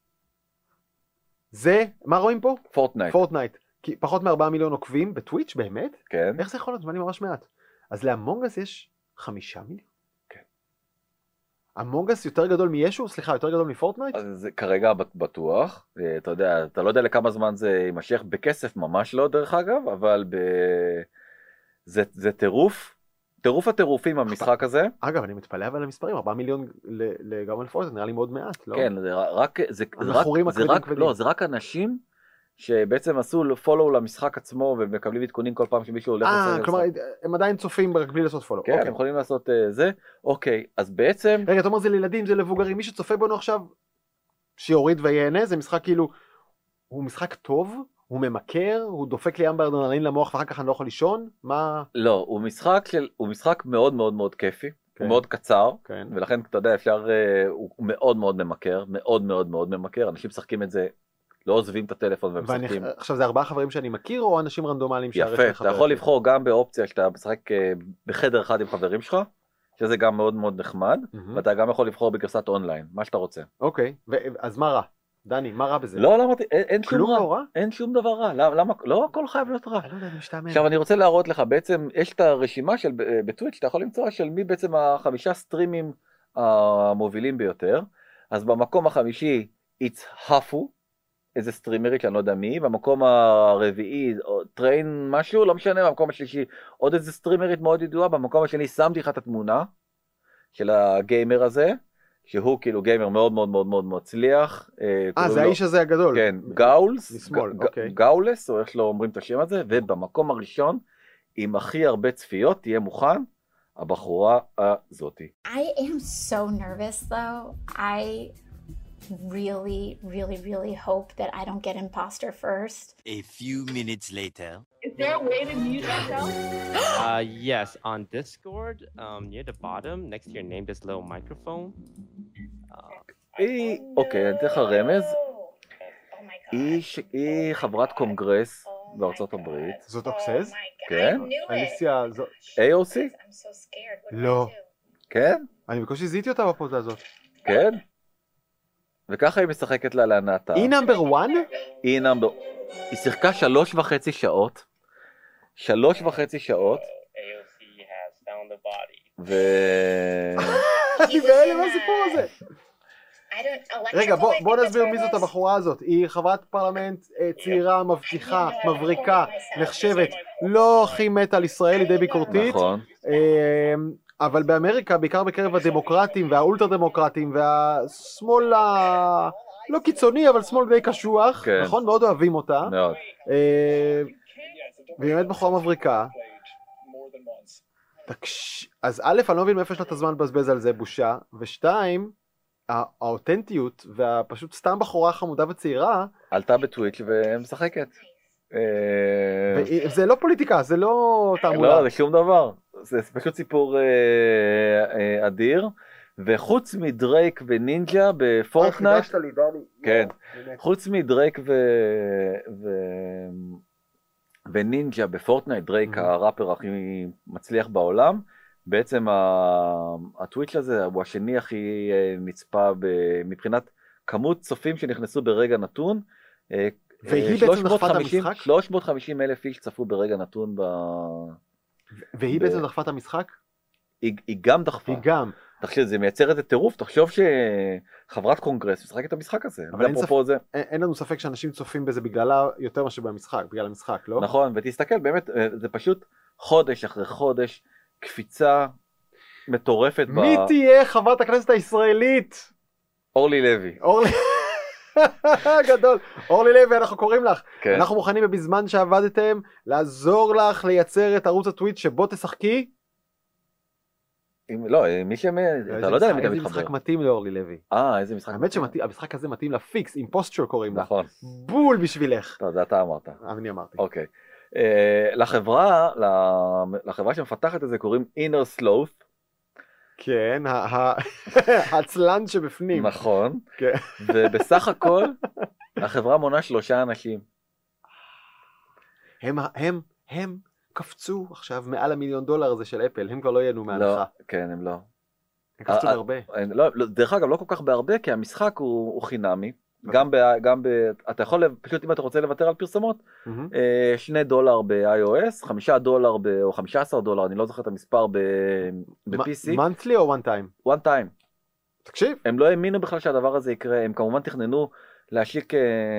זה, מה רואים פה? פורטנייט. פורטנייט. כי פחות מארבעה מיליון עוקבים בטוויץ', באמת? כן. איך זה יכול להיות? זמנים ממש מעט. אז לאמונגס יש חמישה מיליון? כן. אמונגס יותר גדול מישו? סליחה, יותר גדול מפורטנייט? אז זה כרגע בטוח, אתה יודע, אתה לא יודע לכמה זמן זה יימשך, בכסף ממש לא דרך אגב, אבל ב... זה, זה טירוף, טירוף הטירופים המשחק הזה. אגב, אני מתפלא אבל למספרים, ארבעה מיליון לגמרי לפורטנייט, נראה לי מאוד מעט, לא? כן, זה רק, זה, זה רק, המכורים זה הכבדים רק, כבדים. לא, זה רק אנשים שבעצם עשו פולו למשחק עצמו ומקבלים עדכונים כל פעם שמישהו הולך אה, לשחק כלומר, משחק. הם עדיין צופים רק בלי לעשות פולו. כן, אוקיי. הם יכולים לעשות uh, זה, אוקיי, אז בעצם, רגע, אתה אומר זה לילדים, זה לבוגרים, מי שצופה בנו עכשיו, שיוריד ויהנה, זה משחק כאילו, הוא משחק טוב, הוא ממכר, הוא דופק לי ים באדרנלין למוח ואחר כך אני לא יכול לישון, מה? לא, הוא משחק של, הוא משחק מאוד מאוד מאוד כיפי, כן. הוא מאוד קצר, כן. ולכן אתה יודע אפשר, uh, הוא מאוד מאוד ממכר, מאוד מאוד מאוד ממכר, אנשים משחקים את זה, לא עוזבים את הטלפון ומשחקים. ואני, עכשיו זה ארבעה חברים שאני מכיר או אנשים רנדומליים? יפה, אתה יכול לבחור גם באופציה שאתה משחק uh, בחדר אחד עם חברים שלך, שזה גם מאוד מאוד נחמד, Mm-hmm. ואתה גם יכול לבחור בגרסת אונליין, מה שאתה רוצה. אוקיי, ו- אז מה רע? דני, מה רע בזה? לא, לא אמרתי, אין, אין שום כלום רע, לא רע? אין שום דבר רע, למה, למה, לא הכל חייב להיות רע. אני לא יודע, אני משתעמם. עכשיו אני רוצה להראות לך, בעצם יש את הרשימה של בטוויץ', אתה יכול למצוא של מי בעצם החמישה סטרימים המובילים ביותר, אז במקום החמישי, It's Hafu, איזה סטרימרית שאני לא יודע מי, במקום הרביעי, טריין משהו, לא משנה, במקום השלישי, עוד איזה סטרימרית מאוד ידועה, במקום השני שמתי לך את התמונה של הגיימר הזה, שהוא כאילו גיימר מאוד מאוד מאוד מאוד מצליח. אה, זה האיש הזה הגדול. כן, גאולס, משמאל, אוקיי. גאולס, או איך שלא אומרים את השם הזה, ובמקום הראשון, עם הכי הרבה צפיות, תהיה מוכן, הבחורה הזאתי. I am so nervous though. I really, really, really hope that I don't get imposter first. A few minutes later. Is there a way to mute yourself? Uh, yes, on Discord, um, near the bottom, next to your name, there's a little microphone. היא, אוקיי, אני אתן לך רמז, היא חברת קונגרס בארצות הברית. זאת אוקסז? כן. אליסיה, זו... איי או סי? לא. כן, אני בקושי זיהיתי אותה בפוזה הזאת. כן. וככה היא משחקת לה להנאתה. היא נאמבר וואן? היא נאמבר... היא שיחקה שלוש וחצי שעות. שלוש וחצי שעות. ו... אני בהלם מהסיפור הזה. רגע, בוא, בוא נסביר מי זאת הבחורה הזאת. היא חברת פרלמנט צעירה, מבטיחה, מבריקה, נחשבת, לא הכי מתה על ישראל, היא די ביקורתית. נכון. אבל באמריקה, בעיקר בקרב הדמוקרטים והאולטרה דמוקרטים והשמאל ה... לא קיצוני, אבל שמאל די קשוח, כן. נכון? מאוד אוהבים אותה. מאוד. והיא באמת בחורה מבריקה. תקש... אז א', אני לא מבין מאיפה יש לה את הזמן לבזבז על זה, בושה, ושתיים, האותנטיות והפשוט סתם בחורה חמודה וצעירה עלתה בטוויץ' ומשחקת. זה לא פוליטיקה, זה לא תעמולה. לא, זה שום דבר. זה פשוט סיפור אדיר. וחוץ מדרייק ונינג'ה בפורטנייט, כן, חוץ מדרייק ונינג'ה בפורטנייט, דרייק הראפר הכי מצליח בעולם, בעצם הטוויץ' הזה הוא השני הכי נצפה מבחינת כמות צופים שנכנסו ברגע נתון, והיא בעצם דחפה את המשחק? שלוש מאות וחמישים אלף איש צפו ברגע נתון ב... והיא בעצם דחפה את המשחק? היא, היא גם דחפה. היא גם. תחשוב, זה מייצר איזה טירוף, תחשוב שחברת קונגרס משחקת את המשחק הזה. אבל אין, ספ... זה. אין, אין לנו ספק שאנשים צופים בזה בגללה יותר מאשר במשחק, בגלל המשחק, לא? נכון, ותסתכל, באמת, זה פשוט חודש אחרי חודש, קפיצה מטורפת. מי ב... תהיה חברת הכנסת הישראלית? אורלי לוי. אורלי... גדול. אורלי לוי, אנחנו קוראים לך. כן. אנחנו מוכנים בזמן שעבדתם לעזור לך לייצר את ערוץ הטוויט שבו תשחקי. לא, מי שמ... אתה לא יודע למי אתה מתחבר. איזה משחק מתאים לאורלי לוי. אה, איזה משחק. האמת שהמשחק הזה מתאים לפיקס, אימפוסטר קוראים לה. נכון. בול בשבילך. טוב, זה אתה אמרת. אני אמרתי. אוקיי. לחברה, לחברה שמפתחת את זה קוראים Inner Sloth. כן, העצלן שבפנים. נכון. ובסך הכל, החברה מונה שלושה אנשים. הם, הם, הם קפצו עכשיו מעל המיליון דולר הזה של אפל, הם כבר לא ייהנו מהנחה. לא, כן, הם לא. הם קפצו בהרבה. לא, דרך אגב, לא כל כך בהרבה, כי המשחק הוא חינמי. גם ב... גם ב... אתה יכול, פשוט אם אתה רוצה לוותר על פרסומות, שני דולר ב-iOS, חמישה דולר ב... או חמישה עשר דולר, אני לא זוכר את המספר ב-פי סי. monthly או one time? one time. תקשיב. הם לא האמינו בכלל שהדבר הזה יקרה, הם כמובן תכננו להשיק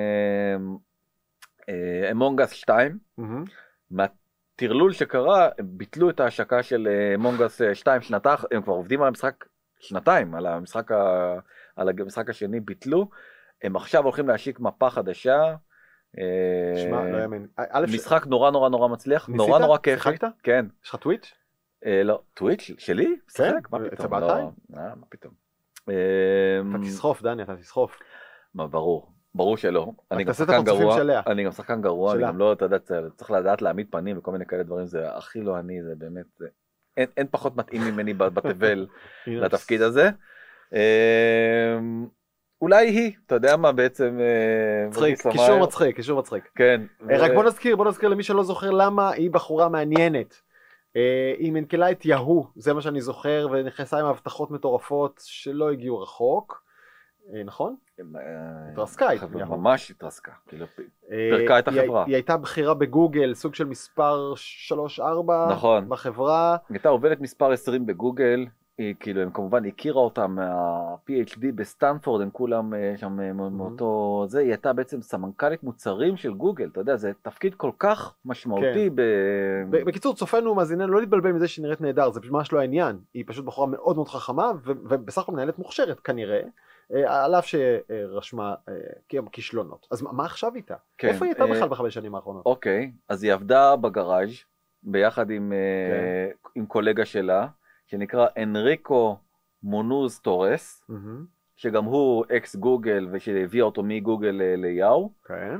אמונג אס שתיים, מהטרלול שקרה, הם ביטלו את ההשקה של אמונג אס שתיים שנתה, הם כבר עובדים על המשחק שנתיים, על המשחק, ה... על המשחק השני ביטלו, הם עכשיו הולכים להשיק מפה חדשה, שמע, לא יאמן. משחק נורא נורא נורא מצליח, נורא נורא כיף. שיחקת? כן. יש לך טוויץ'? לא, טוויץ' שלי? כן, מה פתאום? צבעתיים? מה פתאום? אתה תסחוף, דני, אתה תסחוף. מה, ברור. ברור שלא. אני גם תעשה את שחקן הפרצופים גרוע, שלה. אני גם שחקן גרוע, אני שלה. גם לא, אתה יודע, צריך לדעת להעמיד פנים וכל מיני כאלה דברים, זה הכי לא אני, זה באמת, זה- אין אין פחות מתאים ממני בתבל לתפקיד הזה. אמ, אולי היא, אתה יודע מה בעצם... אה, מצחיק, בוריס קישור אמר? מצחיק, קישור מצחיק. כן. אה, רק ו- בוא נזכיר, בוא נזכיר למי שלא זוכר למה היא בחורה מעניינת. אה, היא מנכלה את יהו, זה מה שאני זוכר, ונכנסה עם הבטחות מטורפות שלא הגיעו רחוק. אה, נכון? אה, התרסקה, היא, חברה יהו. ממש התרסקה, כאילו, אה, פירקה את היא- החברה. היא הייתה בכירה בגוגל, סוג של מספר שלוש ארבע נכון. בחברה. היא הייתה עובדת מספר עשרים בגוגל, היא כאילו, הם כמובן הכירה אותה מה-פי אייץ' די בסטנפורד, הם כולם אה, שם אה, מאותו זה, היא הייתה בעצם סמנכ"לית מוצרים של גוגל, אתה יודע, זה תפקיד כל כך משמעותי ב... ב- בקיצור, צופנו ומאזיננו לא להתבלבל מזה שהיא נראית נהדר, זה ממש לא העניין. היא פשוט בחורה מאוד מאוד חכמה, ו- ובסך הכל מנהלת מוכשרת כנראה, אה, על אף שרשמה אה, כישלונות. אז מה, מה עכשיו איתה? כן, איפה היא הייתה אה, בכלל בחמש שנים האחרונות? אוקיי, אז היא עבדה בגראז' ביחד עם, אה, עם קולגה שלה, שנקרא אנריקו מונוז טורס, מהמם, שגם הוא אקס גוגל ושהביאה אותו מגוגל ל- ליאו, כן.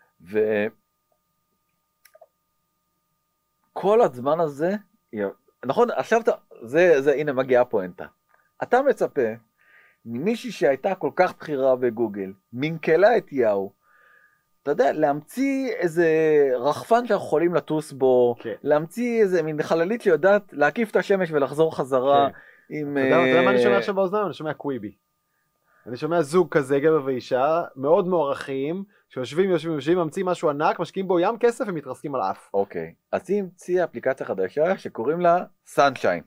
וכל הזמן הזה, נכון, עכשיו אתה, זה, זה, הנה מגיעה הפואנטה. אתה מצפה ממישהי שהייתה כל כך בכירה בגוגל, מנכלה את יאו, אתה יודע, להמציא איזה רחפן שאנחנו יכולים לטוס בו, כן. להמציא איזה מין חללית שיודעת להקיף את השמש ולחזור חזרה. כן. עם... אתה יודע אתה יודע מה אני אה, שומע עכשיו באוזניים? אני שומע קוויבי. אני שומע זוג כזה, גבר ואישה, מאוד מוערכים, שיושבים, יושבים, יושבים, ממציאים משהו ענק, משקיעים בו ים כסף ומתרסקים על אף. אוקיי, אז היא המציאה אפליקציה חדשה שקוראים לה Sunshine.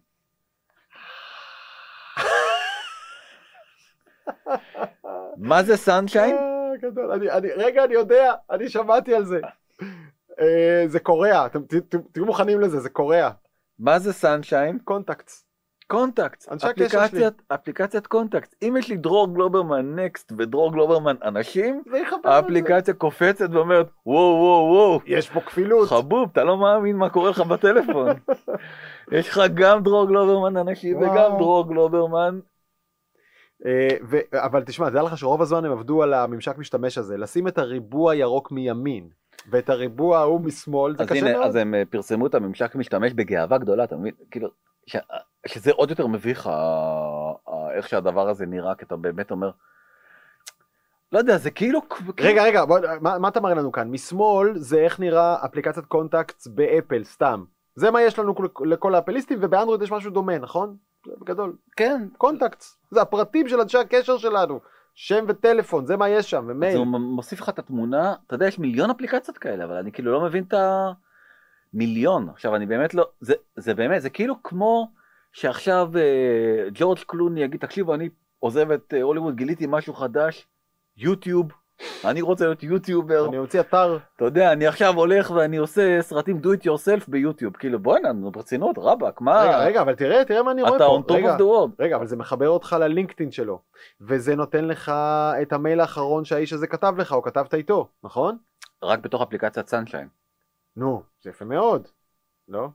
מה זה Sunshine? אה, גדול. אני, אני, רגע, אני יודע, אני שמעתי על זה. אה, זה קוריאה, אתם ת- ת- תהיו מוכנים לזה, זה קוריאה. מה זה Sunshine? קונטקטס. קונטקט, אנשי הקשר שלי. אפליקציית, אפליקציית קונטקט. אם יש לי דרור גלוברמן נקסט ודרור גלוברמן אנשים, זה יחבר את זה. האפליקציה קופצת ואומרת וואו וואו וואו, יש פה כפילות. חבוב, אתה לא מאמין מה קורה לך בטלפון. יש לך גם דרור גלוברמן אנשים וואו. וגם דרור גלוברמן. אה, ו- אבל תשמע, תדע לך שרוב הזמן הם עבדו על הממשק משתמש הזה, לשים את הריבוע ירוק מימין, ואת הריבוע ההוא משמאל, זה אז קשה הנה, מאוד. אז הם אה, פרסמו את הממשק משתמש בגאווה גדולה, אתה מבין? כאילו, ש- שזה עוד יותר מביך, ה- ה- איך שהדבר הזה נראה, כי אתה באמת אומר, לא יודע, זה כאילו... רגע, רגע, בוא, מה, מה אתה מראה לנו כאן? משמאל זה איך נראה אפליקציית קונטקטס באפל, סתם. זה מה יש לנו לכל האפליסטים, ובאנדרואיד יש משהו דומה, נכון? זה בגדול. כן, קונטקטס, זה הפרטים של אנשי הקשר שלנו, שם וטלפון, זה מה יש שם, אז ומייל. הוא מוסיף לך את התמונה, אתה יודע, יש מיליון אפליקציות כאלה, אבל אני כאילו לא מבין את המיליון. עכשיו, אני באמת לא, זה, זה באמת, זה כאילו כמו שעכשיו אה, ג'ורג' קלוני יגיד, תקשיבו, אני עוזב את אה, הוליווד, גיליתי משהו חדש, יוטיוב, אני רוצה להיות יוטיובר. אני הוציא אתר. אתה יודע, אני עכשיו הולך ואני עושה סרטים do it yourself ביוטיוב, כאילו בואי נו, ברצינות, רבק, מה? רגע, רגע, אבל תראה, תראה מה אני רואה אתה פה. on top רגע, of the world. רגע, אבל זה מחבר אותך ללינקדאין שלו, וזה נותן לך את המייל האחרון שהאיש הזה כתב לך, או כתבת איתו, נכון? רק בתוך אפליקציית סנשיין. נו, זה יפה מאוד, לא?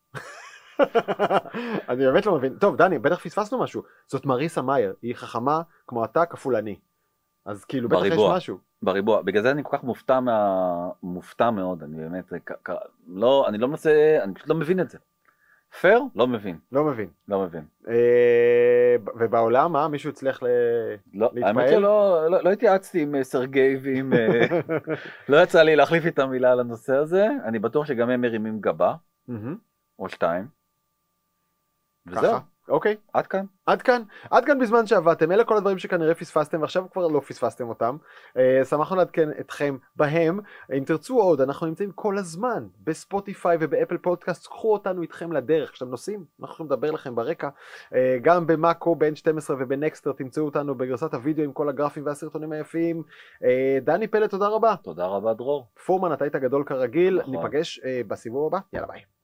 אני באמת לא מבין. טוב, דני, בטח פספסנו משהו. זאת מריסה מאייר, היא חכמה כמו אתה כפול אני. אז כאילו, בטח יש בריבוע. משהו. בריבוע, בגלל זה אני כל כך מופתע מה... מופתע מאוד, אני באמת, כ... כ... לא, אני לא מנסה, אני פשוט לא מבין את זה. פייר? לא מבין, לא מבין. לא מבין. אה, ובעולם, מה? מישהו הצליח ל... לא, להתפעל? האמת שלא, לא, לא התייעצתי עם אה, סרגי ועם... אה, לא יצא לי להחליף איתם מילה על הנושא הזה, אני בטוח שגם הם מרימים גבה, מהמם. או שתיים. וזהו, ככה. אוקיי. עד כאן. עד כאן, עד כאן בזמן שעבדתם, אלה כל הדברים שכנראה פספסתם ועכשיו כבר לא פספסתם אותם. uh, שמחנו לעדכן אתכם בהם. אם תרצו עוד, אנחנו נמצאים כל הזמן בספוטיפיי ובאפל פודקאסט, קחו אותנו איתכם לדרך כשאתם נוסעים, אנחנו יכולים לדבר לכם ברקע. uh, גם במאקו, ב-אן שתים עשרה ובנקסטר תמצאו אותנו בגרסת הוידאו עם כל הגרפים והסרטונים היפים. uh, דני פלד, תודה רבה. תודה רבה דרור. פורמן, אתה היית גדול כרגיל, נכון. ניפגש uh, בסיבוב הבא, יאללה ביי.